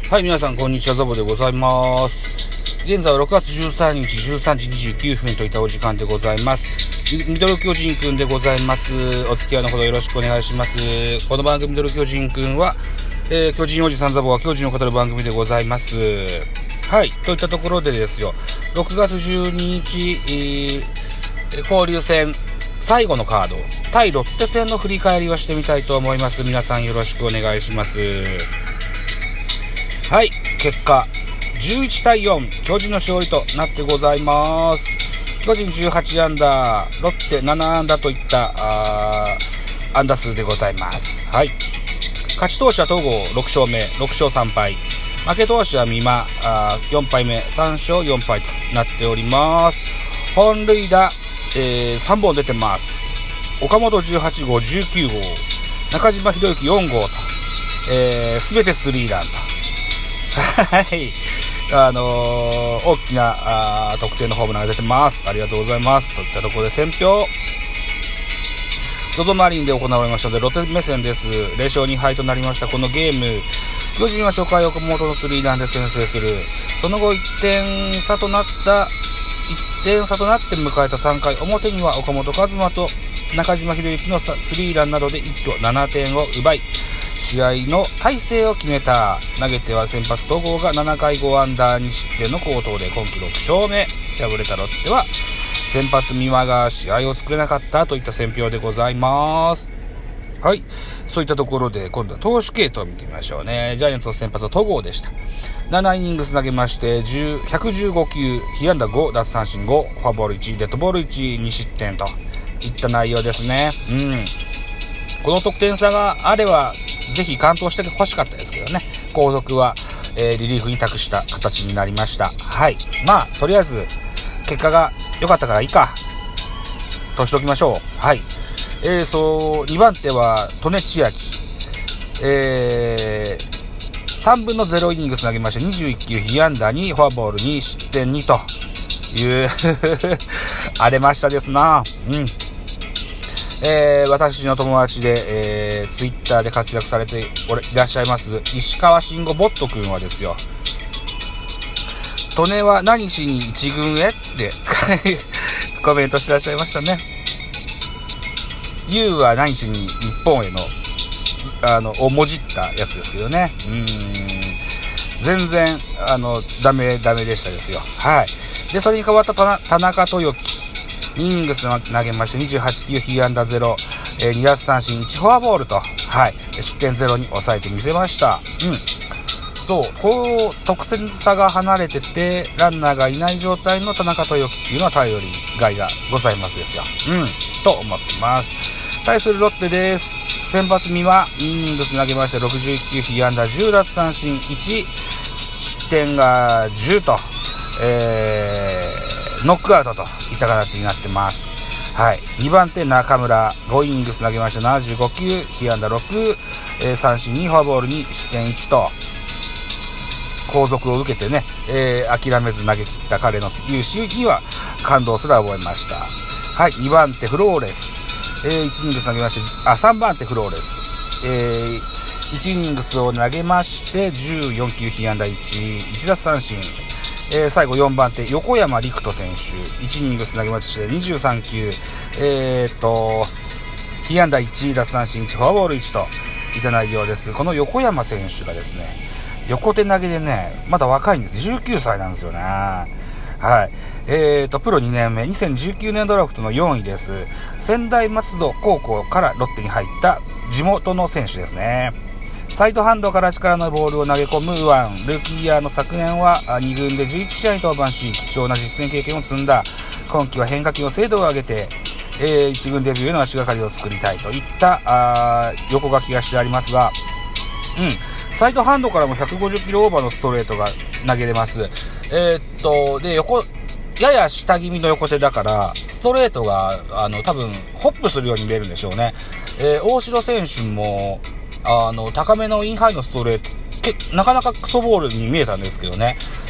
はい、皆さんこんにちは、ザボでございます。現在は6月13日13時29分といったお時間でございます。ミドル巨人くんでございます。お付き合いのほどよろしくお願いします。この番組ミドル巨人くんは、巨人おじさんザボが巨人を語る番組でございます。はい、といったところでですよ、6月12日、交流戦最後のカード、対ロッテ戦の振り返りをしてみたいと思います。皆さんよろしくお願いします。はい、結果11対4、巨人の勝利となってございます。巨人18安打、ロッテ7安打といった安打数でございます。はい、勝ち投手は戸郷6勝目、6勝3敗、負け投手は美馬4敗目、3勝4敗となっております。本塁打、3本出てます。岡本18号、19号、中島博之4号と、すべてスリーランとはい、大きな得点のホームランが出てます。ありがとうございます。といったところで選票ZOZOマリンで行われましたので、ロッテ目線です。0勝2敗となりましたこのゲーム。巨人は初回岡本のスリーランで先制する。その後1点差となって迎えた3回表には岡本和真と中島博之のスリーランなどで一挙7点を奪い、試合の大勢を決めた。投げては先発戸郷が7回5安打2失点の好投で今季6勝目。敗れたロッテは先発美馬が試合を作れなかったといった選評でございます。はい、そういったところで今度は投手系統を見てみましょうね。ジャイアンツの先発は戸郷でした。7イニングス投げまして115球、被安打5、奪三振5、フォアボール1、デッドボール1、2失点といった内容ですね。この得点差があればぜひ完投してほしかったですけどね、後続は、リリーフに託した形になりました。はい、まあとりあえず結果が良かったからいいかとしておきましょう。はい、2番手は利根千秋、3分の0イニングス投げまして21球、被安打2、フォアボール2、失点2という荒れましたですな。私の友達で、ツイッターで活躍されていらっしゃいます石川慎吾ボット君はですよ、利根は何しに一軍へってコメントしてらっしゃいましたね。U は何しに日本へのをもじったやつですけどね。全然ダメでしたですよ。はい。でそれに代わった田中豊樹、2イニングス投げまして28球、被安打0、2奪三振1、フォアボールと、はい、失点0に抑えてみせました。そう、こう得点差が離れててランナーがいない状態の田中豊樹っていうのは頼りがいがございますですよ。と思ってます。対するロッテです。先発美馬2イニングス投げまして61球、被安打10、奪三振1、失点が10と、ノックアウトといった形になってます。はい、2番手中村5イニングス投げまして75球、被安打6、三振2、フォアボール2、失点1と後続を受けてね、諦めず投げ切った彼の勇姿には感動すら覚えました。はい、2番手フローレス、1イニングス投げまして3番手フローレス、1イニングスを投げまして14球、被安打1奪三振、最後4番手横山陸斗選手、1イニングス投げまして23球、被安打1、奪三振1、フォアボール1といった内容です。この横山選手がですね、横手投げでね、まだ若いんです。19歳なんですよね。はい。プロ2年目、2019年ドラフトの4位です。専大松戸高校からロッテに入った地元の選手ですね。サイドハンドから力のボールを投げ込む右腕、ルーキーイヤーの昨年は2軍で11試合に登板し、貴重な実戦経験を積んだ。今季は変化球の精度を上げて、1軍デビューへの足がかりを作りたいといった横書きがしてありますが、サイドハンドからも150キロオーバーのストレートが投げれます。でやや下気味の横手だからストレートが多分ホップするように見えるんでしょうね。大城選手も高めのインハイのストレートなかなかクソボールに見えたんですけどね、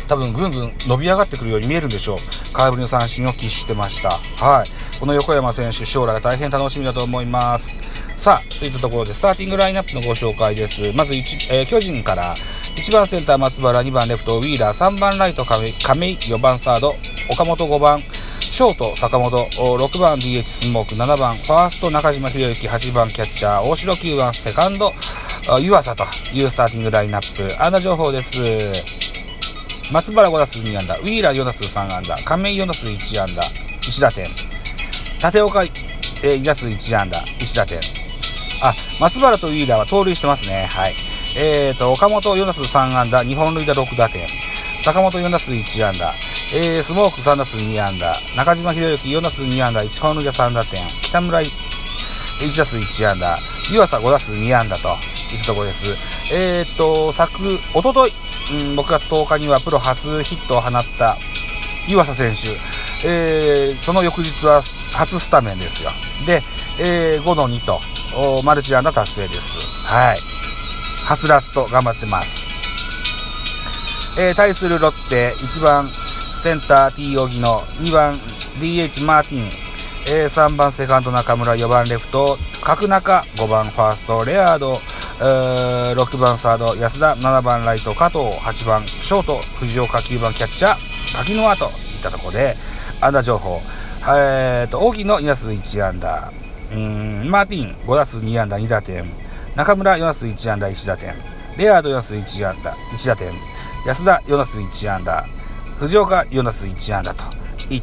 多分ぐんぐん伸び上がってくるように見えるんでしょう。空振りの三振を喫してました。はい。この横山選手、将来が大変楽しみだと思います。さあ、といったところでスターティングラインナップのご紹介です。まず巨人から1番センター松原、2番レフトウィーラー、3番ライト亀井、4番サード岡本、5番ショート坂本、6番 DH スモーク、7番ファースト中島博之、8番キャッチャー大城、9番セカンド湯浅というスターティングラインナップ。安打情報です。松原5打数2安打、ウィーラー4打数3安打、亀井4打数1安打1打点、立岡2打数1安打1打点。松原とウィーラーは盗塁してますね。はい。岡本4打数3安打、2本塁打6打点、坂本4打数1安打、スモーク3打数2安打、中島博之4打数2安打、1本塁打3打点、北村1打数1安打、湯浅5打数2安打といったところです。おととい、6月10日にはプロ初ヒットを放った湯浅選手、その翌日は初スタメンですよ。で、5-2とマルチ安打達成です。はい。はつらつと頑張ってます。対するロッテ、1番センター T 荻野、2番 DH マーティン、3番セカンド中村、4番レフト角中、5番ファーストレアード、6番サード安田、7番ライト加藤、8番ショート藤岡、9番キャッチャー柿沼といったところで安打情報。荻野2打数1安打、マーティン5打数2安打2打点、中村4打数1安打1打点、レアード4打数1安打1打点、安田4打数1安打、藤岡4打数1安打といった、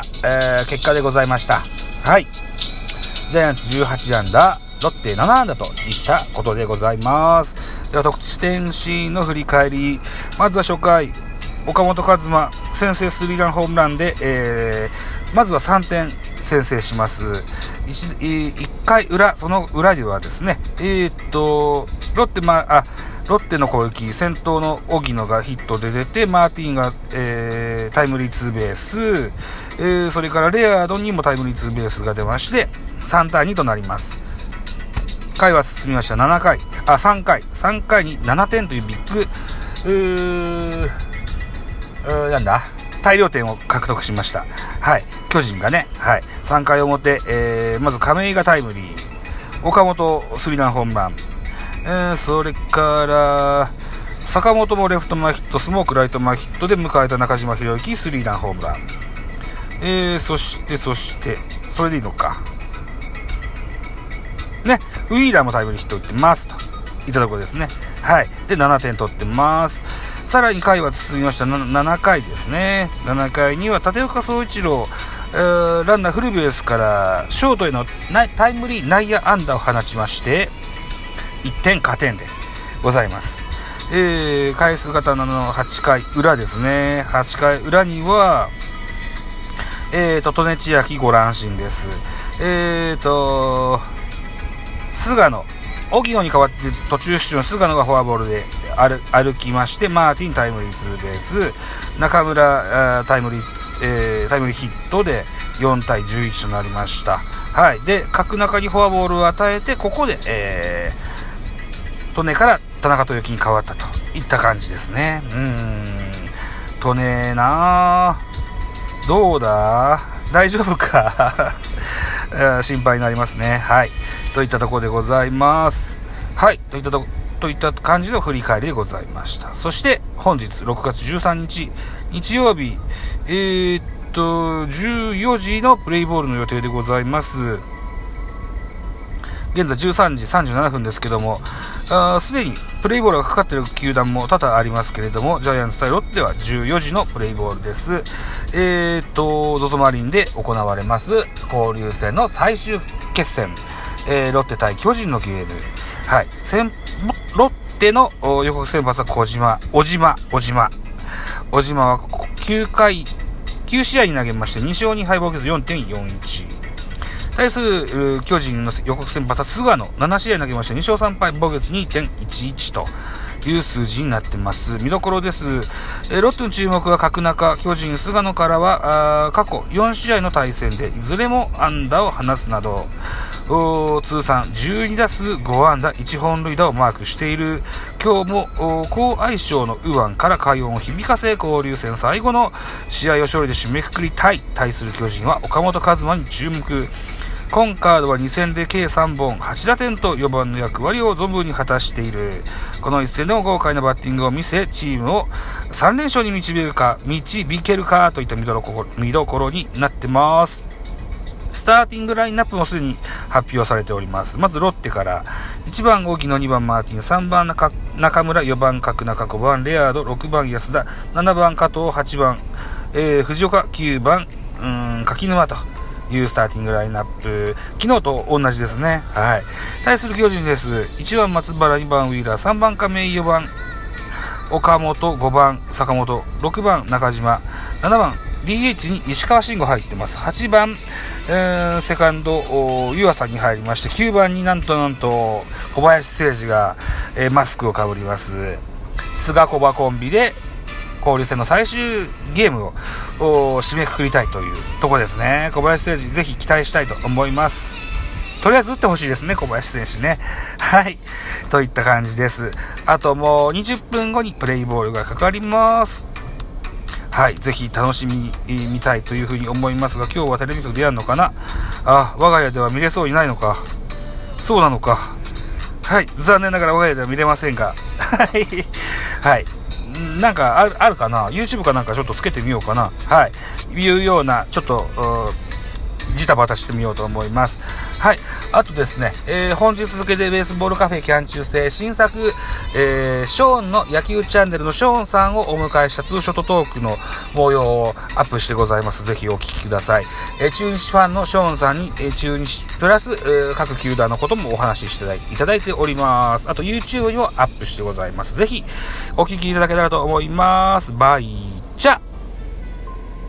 結果でございました。はい。ジャイアンツ18安打、ロッテ7安打といったことでございます。では得点シーンの振り返り。まずは初回、岡本和真先制スリーランホームランで、まずは3点先制します。1回裏、その裏ではですね、ロッテの攻撃、先頭の荻野がヒットで出て、マーティンが、タイムリーツーベース、それからレアードにもタイムリーツーベースが出まして、3対2となります。回は進みました。3回に7点というビッグ、大量点を獲得しました。はい。巨人がね、はい。3回表、まず亀井がタイムリー、岡本スリーランホームラン、それから坂本もレフト前ヒット、スモークライト前ヒットで迎えた中島博之スリーランホームラン、そしてそれでいいのかね、ウィーラーもタイムリーヒット打ってますといったところですね。はい。で7点取ってます。さらに回は進みました。7回ですね。7回には立岡総一郎、ランナーフルベースからショートへのタイムリー内野安打を放ちまして1点加点でございます。回数型の8回裏ですね。8回裏には利根千秋ご乱心です。菅野、荻野に代わって途中出場の菅野がフォアボールで歩きまして、マーティンタイムリーツーベース、中村タイムリーヒットで4対11となりました。はい。で、角中にフォアボールを与えて、ここで、利根から田中豊樹に変わったといった感じですね。利根なぁ、どうだ、大丈夫か心配になりますね。はい。といったところでございます。はい。といった感じの振り返りでございました。そして本日6月13日日曜日、14時のプレイボールの予定でございます。現在13時37分ですけども、すでにプレイボールがかかっている球団も多々ありますけれども、ジャイアンツ対ロッテは14時のプレイボールです。ZOZO マリンで行われます交流戦の最終決戦、ロッテ対巨人のゲーム。はい。ロッテの予告先発は小島は9試合に投げまして2勝2敗防御率 4.41。対する巨人の予告先発は菅野、7試合投げまして2勝3敗防御率 2.11 という数字になってます。見どころです。ロッテの注目は角中、巨人菅野からは過去4試合の対戦でいずれも安打を放つなど、 通算12打数5安打1本塁打をマークしている。今日も好相性の右腕から快音を響かせ、交流戦最後の試合を勝利で締めくくりたい。対する巨人は岡本和真に注目。今カードは2戦で計3本8打点と4番の役割を存分に果たしている。この一戦でも豪快なバッティングを見せ、チームを3連勝に導けるかといった見どころになってます。スターティングラインナップもすでに発表されております。まずロッテから1番荻野、2番マーティン、3番中村、4番角中、5番レアード、6番安田、7番加藤、8番、藤岡、9番柿沼というスターティングラインナップ。昨日と同じですね。はい。対する巨人です。1番松原、2番ウィーラー、3番亀井、4番岡本、5番坂本、6番中島、7番DH に石川慎吾入ってます。8番、セカンド湯浅に入りまして、9番になんと小林誠司が、マスクをかぶります。菅小葉コンビで交流戦の最終ゲームを締めくくりたいというところですね。小林誠司ぜひ期待したいと思います。とりあえず打ってほしいですね、小林選手ね。はい。といった感じです。あともう20分後にプレイボールがかかります。はい。ぜひ楽しみに見たいというふうに思いますが、今日はテレビ局でやるのかな？我が家では見れそうにないのか。そうなのか。はい。残念ながら我が家では見れませんが。はい。はい。なんかあるかな？ YouTube かなんかちょっとつけてみようかな。はい。いうような、ちょっと、ジタバタしてみようと思います。はい。あとですね、本日付でベースボールカフェキャン中制新作、ショーンの野球チャンネルのショーンさんをお迎えしたツーショットトークの模様をアップしてございます。ぜひお聞きください。中日ファンのショーンさんに、中日プラス、各球団のこともお話ししていただいております。あと YouTube にもアップしてございます。ぜひお聞きいただけたらと思います。バイ。